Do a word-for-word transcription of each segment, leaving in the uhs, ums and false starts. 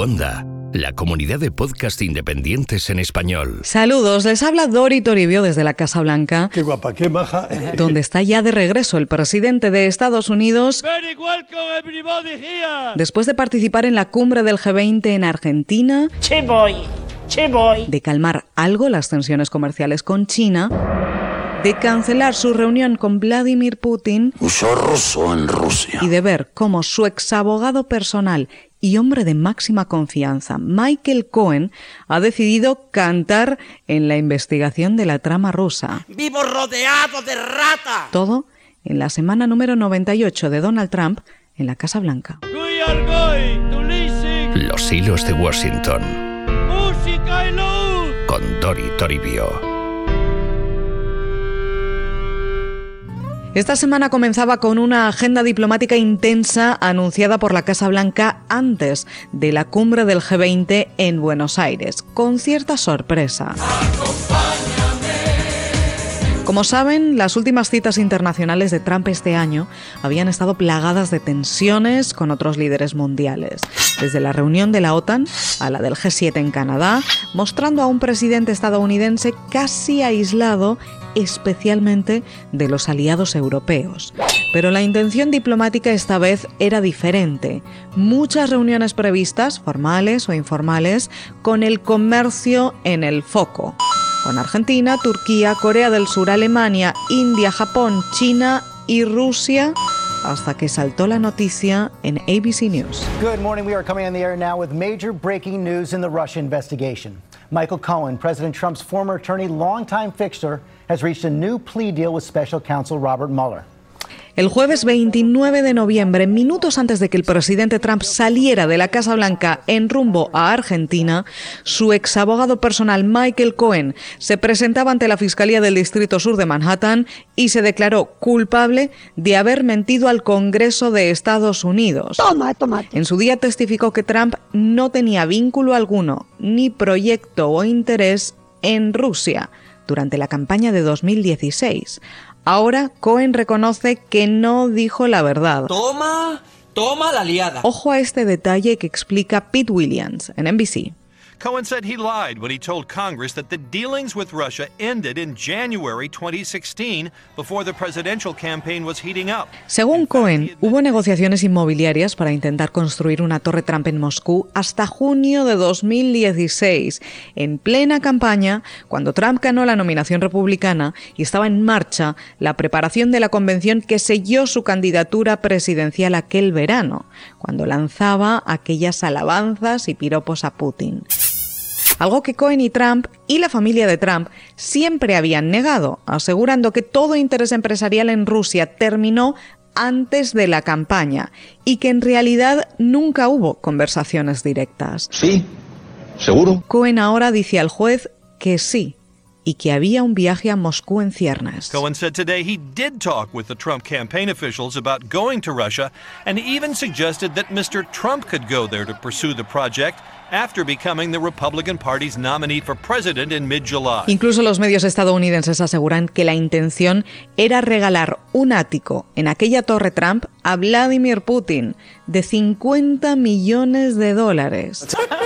Onda, la comunidad de podcast independientes en español. Saludos, les habla Dori Toribio desde la Casa Blanca. Qué guapa, qué maja. Donde está ya de regreso el presidente de Estados Unidos. Very welcome everybody here. Después de participar en la cumbre del G veinte en Argentina. Che voy, che voy. De calmar algo las tensiones comerciales con China. De cancelar su reunión con Vladimir Putin. Yo ruso en Rusia. Y de ver cómo su exabogado personal y hombre de máxima confianza, Michael Cohen, ha decidido cantar en la investigación de la trama rusa. ¡Vivo rodeado de ratas! Todo en la semana número noventa y ocho de Donald Trump en la Casa Blanca. We are going to listen. Los hilos de Washington. Música y luz. Con Dori Toribio. Esta semana comenzaba con una agenda diplomática intensa anunciada por la Casa Blanca antes de la cumbre del G veinte en Buenos Aires, con cierta sorpresa. Como saben, las últimas citas internacionales de Trump este año habían estado plagadas de tensiones con otros líderes mundiales, desde la reunión de la OTAN a la del G siete en Canadá, mostrando a un presidente estadounidense casi aislado, especialmente de los aliados europeos. Pero la intención diplomática esta vez era diferente. Muchas reuniones previstas, formales o informales, con el comercio en el foco. Con Argentina, Turquía, Corea del Sur, Alemania, India, Japón, China y Rusia, hasta que saltó la noticia en A B C News. Good morning. We are coming on the air now with major breaking news in the Russia investigation. Michael Cohen, President Trump's former attorney, longtime fixer, has reached a new plea deal with Special Counsel Robert Mueller. El jueves veintinueve de noviembre, minutos antes de que el presidente Trump saliera de la Casa Blanca en rumbo a Argentina, su exabogado personal Michael Cohen se presentaba ante la Fiscalía del Distrito Sur de Manhattan y se declaró culpable de haber mentido al Congreso de Estados Unidos. Toma, toma. En su día testificó que Trump no tenía vínculo alguno, ni proyecto o interés en Rusia durante la campaña de dos mil dieciséis. Ahora, Cohen reconoce que no dijo la verdad. Toma, toma la liada. Ojo a este detalle que explica Pete Williams en N B C. Cohen said he lied when he told Congress that the dealings with Russia ended in January twenty sixteen, before the presidential campaign was heating up. Según Cohen, hubo negociaciones inmobiliarias para intentar construir una torre Trump en Moscú hasta junio de dos mil dieciséis, en plena campaña, cuando Trump ganó la nominación republicana y estaba en marcha la preparación de la convención que selló su candidatura presidencial aquel verano, cuando lanzaba aquellas alabanzas y piropos a Putin. Algo que Cohen y Trump y la familia de Trump siempre habían negado, asegurando que todo interés empresarial en Rusia terminó antes de la campaña y que en realidad nunca hubo conversaciones directas. Sí, seguro. Cohen ahora dice al juez que sí, y que había un viaje a Moscú en ciernes. Cohen said today he did talk with the Trump campaign officials about going to Russia and even suggested that Mister Trump could go there to pursue the project after becoming the Republican Party's nominee for president in mid-July. Incluso los medios estadounidenses aseguran que la intención era regalar un ático en aquella torre Trump a Vladimir Putin de cincuenta millones de dólares.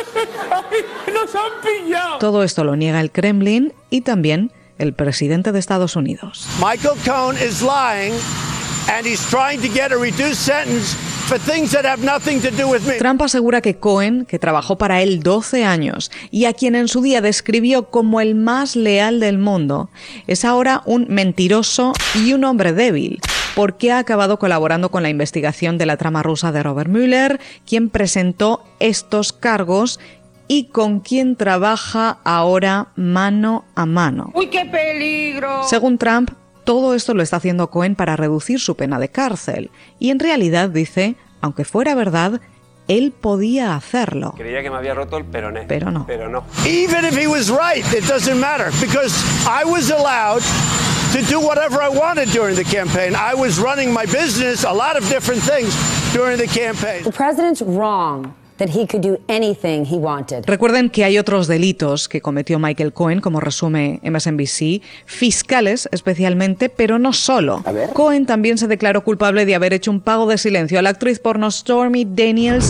¡Nos han pillado! Todo esto lo niega el Kremlin y también el presidente de Estados Unidos. Michael Cohen is lying and he's trying to get a reduced sentence for things that have nothing to do with me. Trump asegura que Cohen, que trabajó para él doce años y a quien en su día describió como el más leal del mundo, es ahora un mentiroso y un hombre débil, porque ha acabado colaborando con la investigación de la trama rusa de Robert Mueller, quien presentó estos cargos y con quien trabaja ahora mano a mano. ¡Uy, qué peligro! Según Trump, todo esto lo está haciendo Cohen para reducir su pena de cárcel. Y en realidad, dice, aunque fuera verdad, él podía hacerlo. Creía que me había roto el peroné. Pero no. Pero no. Even if he was right, it doesn't matter because I was allowed to do whatever I wanted during the campaign. I was running my business, a lot of different things during the campaign. The president's wrong that he could do anything he wanted. Recuerden que hay otros delitos que cometió Michael Cohen, como resume M S N B C, fiscales especialmente, pero no solo. Cohen también se declaró culpable de haber hecho un pago de silencio a la actriz porno Stormy Daniels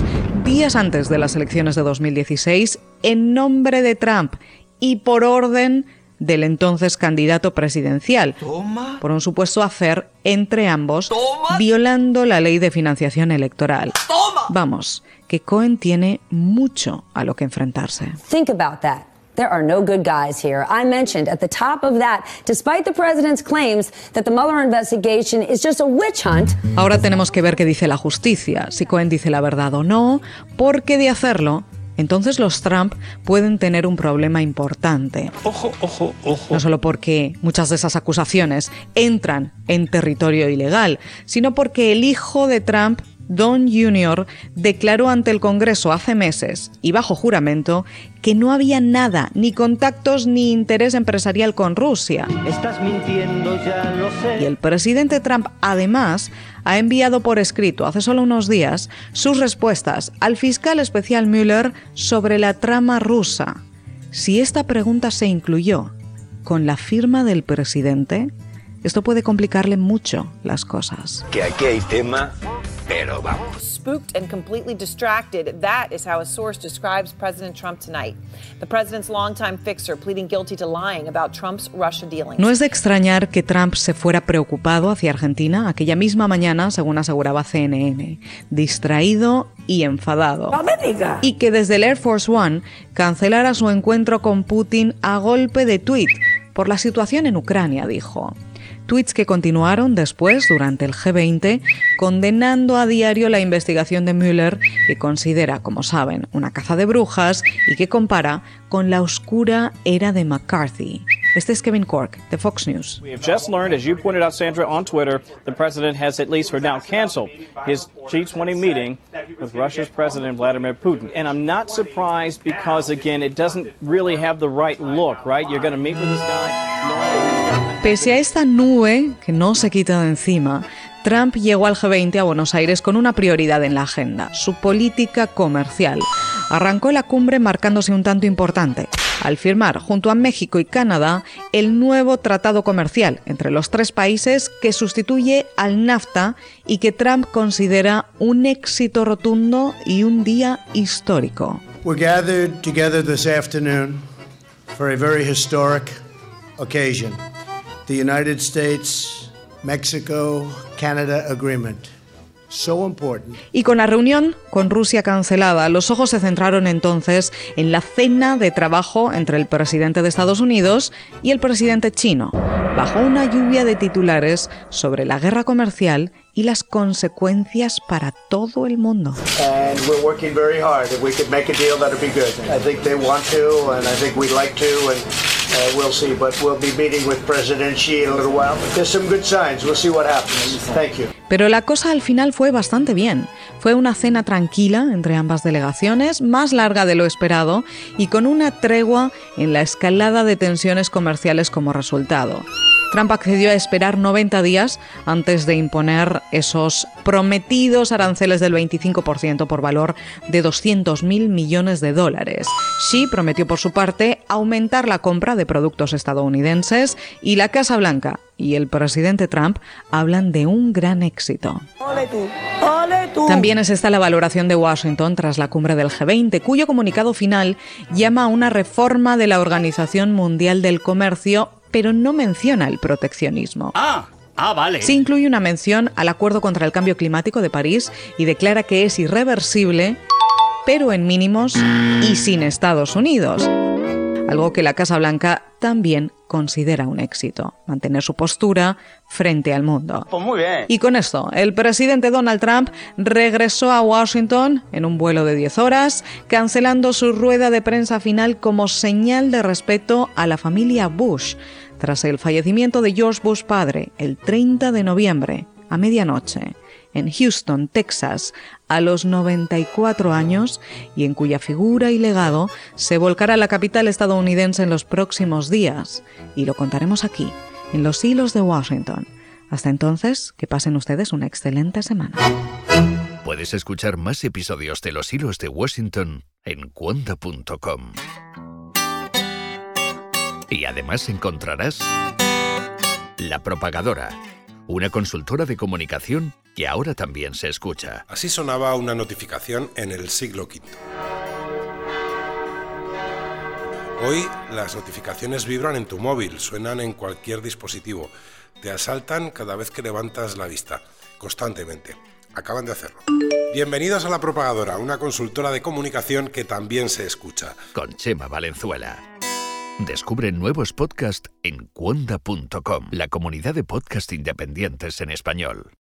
días antes de las elecciones de dos mil dieciséis, en nombre de Trump y por orden del entonces candidato presidencial, Toma. por un supuesto affair entre ambos, Toma. violando la ley de financiación electoral. Toma. Vamos, que Cohen tiene mucho a lo que enfrentarse. Think about that. There are no good guys here. I mentioned at the top of that, despite the president's claims that the Mueller investigation is just a witch hunt. Ahora tenemos que ver qué dice la justicia, si Cohen dice la verdad o no, porque de hacerlo, entonces los Trump pueden tener un problema importante. Ojo, ojo, ojo. No solo porque muchas de esas acusaciones entran en territorio ilegal, sino porque el hijo de Trump, Don junior, declaró ante el Congreso hace meses y bajo juramento que no había nada, ni contactos ni interés empresarial con Rusia. Estás mintiendo, ya lo sé. Y el presidente Trump, además, ha enviado por escrito hace solo unos días sus respuestas al fiscal especial Mueller sobre la trama rusa. Si esta pregunta se incluyó con la firma del presidente, esto puede complicarle mucho las cosas. Que aquí hay tema, pero vamos. Spooked and completely distracted. That is how a source describes President Trump tonight. The president's longtime fixer pleading guilty to lying about Trump's Russia dealings. No es de extrañar que Trump se fuera preocupado hacia Argentina aquella misma mañana, según aseguraba C N N, distraído y enfadado. ¡No me diga! Y que desde el Air Force One cancelara su encuentro con Putin a golpe de tuit por la situación en Ucrania, dijo. Tweets que continuaron después, durante el G veinte, condenando a diario la investigación de Mueller, que considera, como saben, una caza de brujas y que compara con la oscura era de McCarthy. Este es Kevin Corke, de Fox News. We have just learned, as you pointed out, Sandra, on Twitter, the president has, at least for now, canceled his G twenty meeting with Russia's President Vladimir Putin. And I'm not surprised because, again, it doesn't really have the right look, right? You're going to meet with this guy. Pese a esta nube que no se quita de encima, Trump llegó al G veinte a Buenos Aires con una prioridad en la agenda, su política comercial. Arrancó la cumbre marcándose un tanto importante, al firmar junto a México y Canadá el nuevo tratado comercial entre los tres países que sustituye al NAFTA y que Trump considera un éxito rotundo y un día histórico. We're gathered together this afternoon for a very historic occasion. The United States, Mexico, Canada agreement. So important. Y con la reunión con Rusia cancelada, los ojos se centraron entonces en la cena de trabajo entre el presidente de Estados Unidos y el presidente chino, bajo una lluvia de titulares sobre la guerra comercial y las consecuencias para todo el mundo. And we're working very hard. If we could make a deal, that'd be good. I think they want to, and I think we'd like to, and uh, we'll see. But we'll be meeting with President Xi in a little while. There's some good signs. We'll see what happens. Thank you. Pero la cosa al final fue bastante bien. Fue una cena tranquila entre ambas delegaciones, más larga de lo esperado y con una tregua en la escalada de tensiones comerciales como resultado. Trump accedió a esperar noventa días antes de imponer esos prometidos aranceles del veinticinco por ciento por valor de doscientos mil millones de dólares. Xi prometió por su parte aumentar la compra de productos estadounidenses y la Casa Blanca y el presidente Trump hablan de un gran éxito. ¡Ole tú! ¡Ole tú! También es esta la valoración de Washington tras la cumbre del G veinte, cuyo comunicado final llama a una reforma de la Organización Mundial del Comercio, pero no menciona el proteccionismo. Ah, ah, vale. Sí incluye una mención al Acuerdo contra el Cambio Climático de París y declara que es irreversible, pero en mínimos y sin Estados Unidos. Algo que la Casa Blanca también considera un éxito, mantener su postura frente al mundo. Pues muy bien. Y con esto, el presidente Donald Trump regresó a Washington en un vuelo de diez horas, cancelando su rueda de prensa final como señal de respeto a la familia Bush, tras el fallecimiento de George Bush padre el treinta de noviembre, a medianoche, en Houston, Texas, a los noventa y cuatro años, y en cuya figura y legado se volcará la capital estadounidense en los próximos días. Y lo contaremos aquí, en Los Hilos de Washington. Hasta entonces, que pasen ustedes una excelente semana. Puedes escuchar más episodios de Los Hilos de Washington en cuonda punto com. Y además encontrarás La Propagadora, una consultora de comunicación que ahora también se escucha. Así sonaba una notificación en el siglo quinto. Hoy las notificaciones vibran en tu móvil, suenan en cualquier dispositivo, te asaltan cada vez que levantas la vista, constantemente. Acaban de hacerlo. Bienvenidos a La Propagadora, una consultora de comunicación que también se escucha. Con Chema Valenzuela. Descubre nuevos podcasts en cuonda punto com, la comunidad de podcast independientes en español.